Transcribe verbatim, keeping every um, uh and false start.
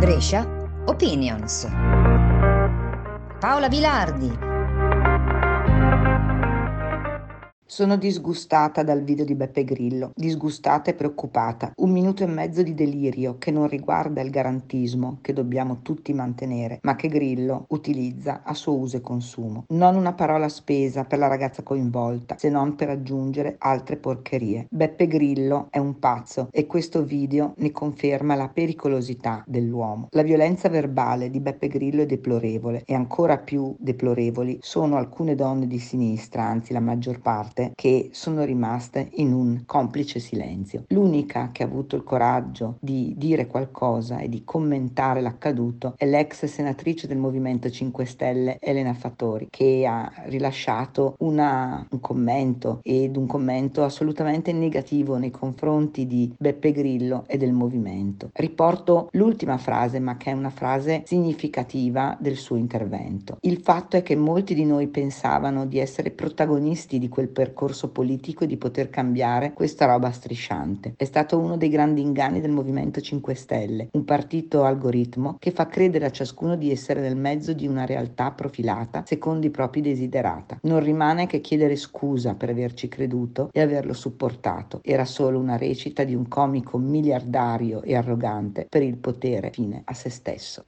Brescia Opinions. Paola Vilardi. Sono disgustata dal video di Beppe Grillo, disgustata e preoccupata. Un minuto e mezzo di delirio che non riguarda il garantismo che dobbiamo tutti mantenere, ma che Grillo utilizza a suo uso e consumo. Non una parola spesa per la ragazza coinvolta, se non per aggiungere altre porcherie. Beppe Grillo è un pazzo e questo video ne conferma la pericolosità dell'uomo. La violenza verbale di Beppe Grillo è deplorevole e ancora più deplorevoli sono alcune donne di sinistra, anzi la maggior parte, che sono rimaste in un complice silenzio. L'unica che ha avuto il coraggio di dire qualcosa e di commentare l'accaduto è l'ex senatrice del Movimento cinque Stelle Elena Fattori, che ha rilasciato una, un commento ed un commento assolutamente negativo nei confronti di Beppe Grillo e del movimento. Riporto l'ultima frase, ma che è una frase significativa del suo intervento. Il fatto è che molti di noi pensavano di essere protagonisti di quel percorso politico e di poter cambiare questa roba strisciante. È stato uno dei grandi inganni del Movimento cinque Stelle, un partito algoritmo che fa credere a ciascuno di essere nel mezzo di una realtà profilata secondo i propri desiderata. Non rimane che chiedere scusa per averci creduto e averlo supportato. Era solo una recita di un comico miliardario e arrogante per il potere fine a se stesso.